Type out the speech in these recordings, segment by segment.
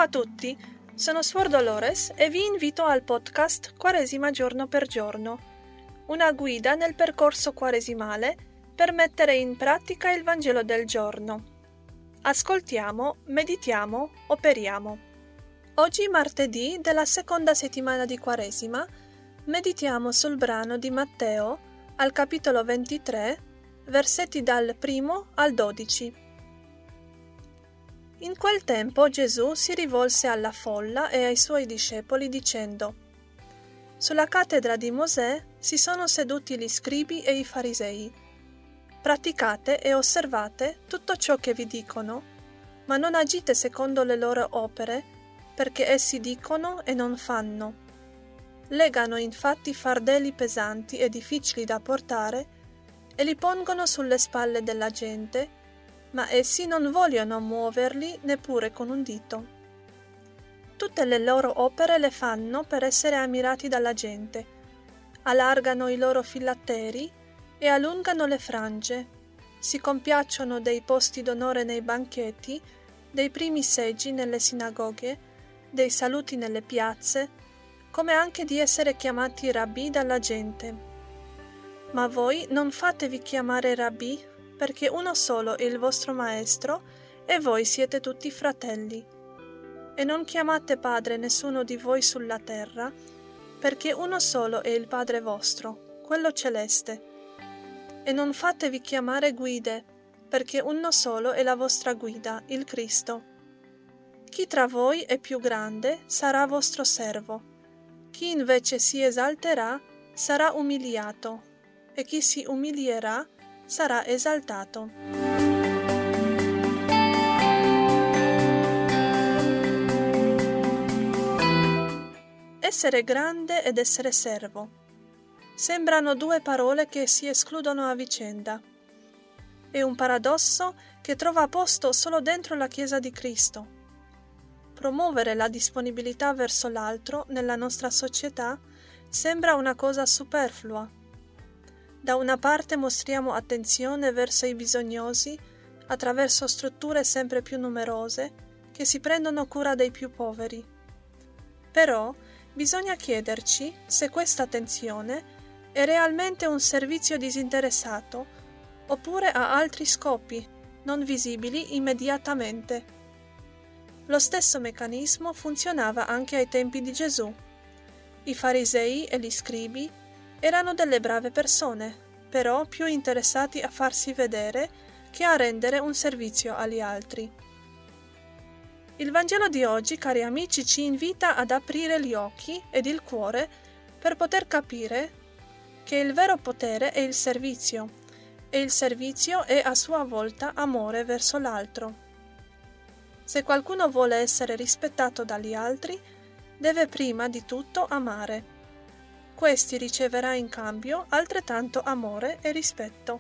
a tutti, sono Suor Dolores e vi invito al podcast Quaresima giorno per giorno, una guida nel percorso quaresimale per mettere in pratica il Vangelo del giorno. Ascoltiamo, meditiamo, operiamo. Oggi martedì della seconda settimana di Quaresima meditiamo sul brano di Matteo al capitolo 23, versetti dal 1 al 12. In quel tempo Gesù si rivolse alla folla e ai suoi discepoli dicendo: Sulla cattedra di Mosè si sono seduti gli scribi e i farisei. Praticate e osservate tutto ciò che vi dicono, ma non agite secondo le loro opere, perché essi dicono e non fanno. Legano infatti fardelli pesanti e difficili da portare e li pongono sulle spalle della gente, ma essi non vogliono muoverli neppure con un dito. Tutte le loro opere le fanno per essere ammirati dalla gente. Allargano i loro filatteri e allungano le frange. Si compiacciono dei posti d'onore nei banchetti, dei primi seggi nelle sinagoghe, dei saluti nelle piazze, come anche di essere chiamati rabbì dalla gente. Ma voi non fatevi chiamare rabbì, perché uno solo è il vostro maestro e voi siete tutti fratelli. E non chiamate padre nessuno di voi sulla terra, perché uno solo è il Padre vostro, quello celeste. E non fatevi chiamare guide, perché uno solo è la vostra guida, il Cristo. Chi tra voi è più grande sarà vostro servo. Chi invece si esalterà sarà umiliato, e chi si umilierà sarà esaltato. Essere grande ed essere servo. Sembrano due parole che si escludono a vicenda. È un paradosso che trova posto solo dentro la Chiesa di Cristo. Promuovere la disponibilità verso l'altro nella nostra società sembra una cosa superflua. Da una parte mostriamo attenzione verso i bisognosi attraverso strutture sempre più numerose che si prendono cura dei più poveri. Però bisogna chiederci se questa attenzione è realmente un servizio disinteressato oppure ha altri scopi, non visibili immediatamente. Lo stesso meccanismo funzionava anche ai tempi di Gesù. I farisei e gli scribi erano delle brave persone, però più interessati a farsi vedere che a rendere un servizio agli altri. Il Vangelo di oggi, cari amici, ci invita ad aprire gli occhi ed il cuore per poter capire che il vero potere è il servizio, e il servizio è a sua volta amore verso l'altro. Se qualcuno vuole essere rispettato dagli altri, deve prima di tutto amare. Questi riceverà in cambio altrettanto amore e rispetto.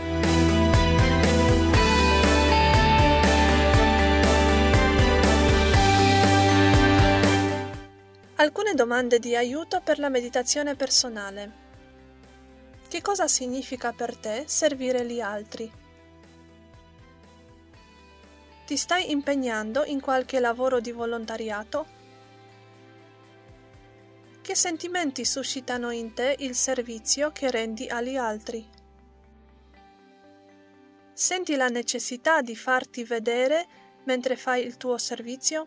Alcune domande di aiuto per la meditazione personale. Che cosa significa per te servire gli altri? Ti stai impegnando in qualche lavoro di volontariato? Che sentimenti suscitano in te il servizio che rendi agli altri? Senti la necessità di farti vedere mentre fai il tuo servizio?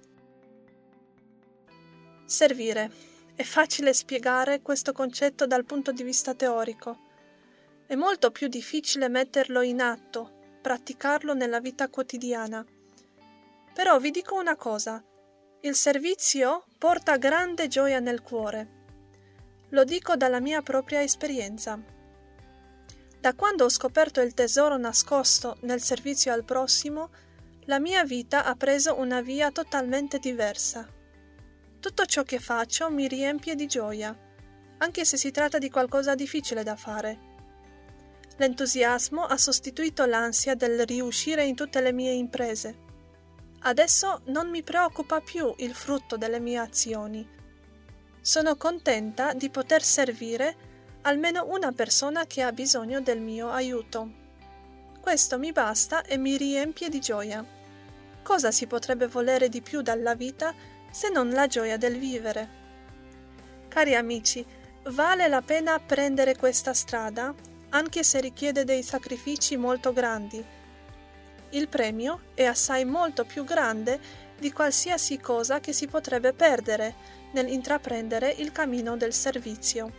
Servire. È facile spiegare questo concetto dal punto di vista teorico. È molto più difficile metterlo in atto, praticarlo nella vita quotidiana. Però vi dico una cosa. Il servizio porta grande gioia nel cuore. Lo dico dalla mia propria esperienza. Da quando ho scoperto il tesoro nascosto nel servizio al prossimo, la mia vita ha preso una via totalmente diversa. Tutto ciò che faccio mi riempie di gioia, anche se si tratta di qualcosa difficile da fare. L'entusiasmo ha sostituito l'ansia del riuscire in tutte le mie imprese. Adesso non mi preoccupa più il frutto delle mie azioni. Sono contenta di poter servire almeno una persona che ha bisogno del mio aiuto. Questo mi basta e mi riempie di gioia. cosa si potrebbe volere di più dalla vita se non la gioia del vivere? Cari amici, vale la pena prendere questa strada, anche se richiede dei sacrifici molto grandi. Il premio è assai molto più grande di qualsiasi cosa che si potrebbe perdere nell'intraprendere il cammino del servizio.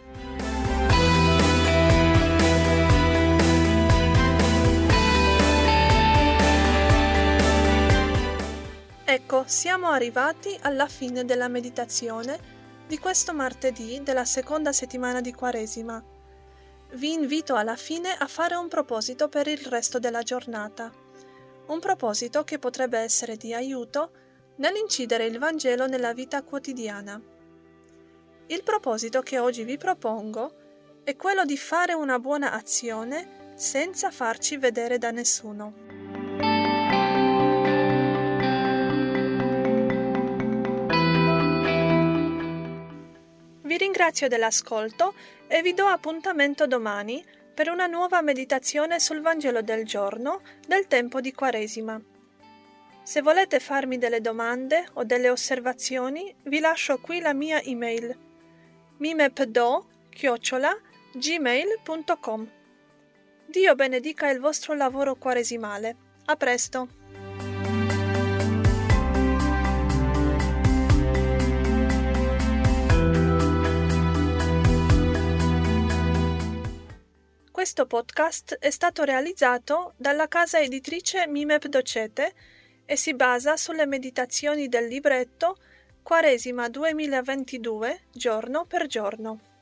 Ecco, siamo arrivati alla fine della meditazione di questo martedì della seconda settimana di Quaresima. Vi invito alla fine a fare un proposito per il resto della giornata. Un proposito che potrebbe essere di aiuto nell'incidere il Vangelo nella vita quotidiana. Il proposito che oggi vi propongo è quello di fare una buona azione senza farci vedere da nessuno. Vi ringrazio dell'ascolto e vi do appuntamento domani per una nuova meditazione sul Vangelo del giorno del tempo di Quaresima. Se volete farmi delle domande o delle osservazioni, vi lascio qui la mia email mimepdo@gmail.com. Dio benedica il vostro lavoro quaresimale. A presto! Questo podcast è stato realizzato dalla casa editrice Mimep Docete e si basa sulle meditazioni del libretto Quaresima 2022, giorno per giorno.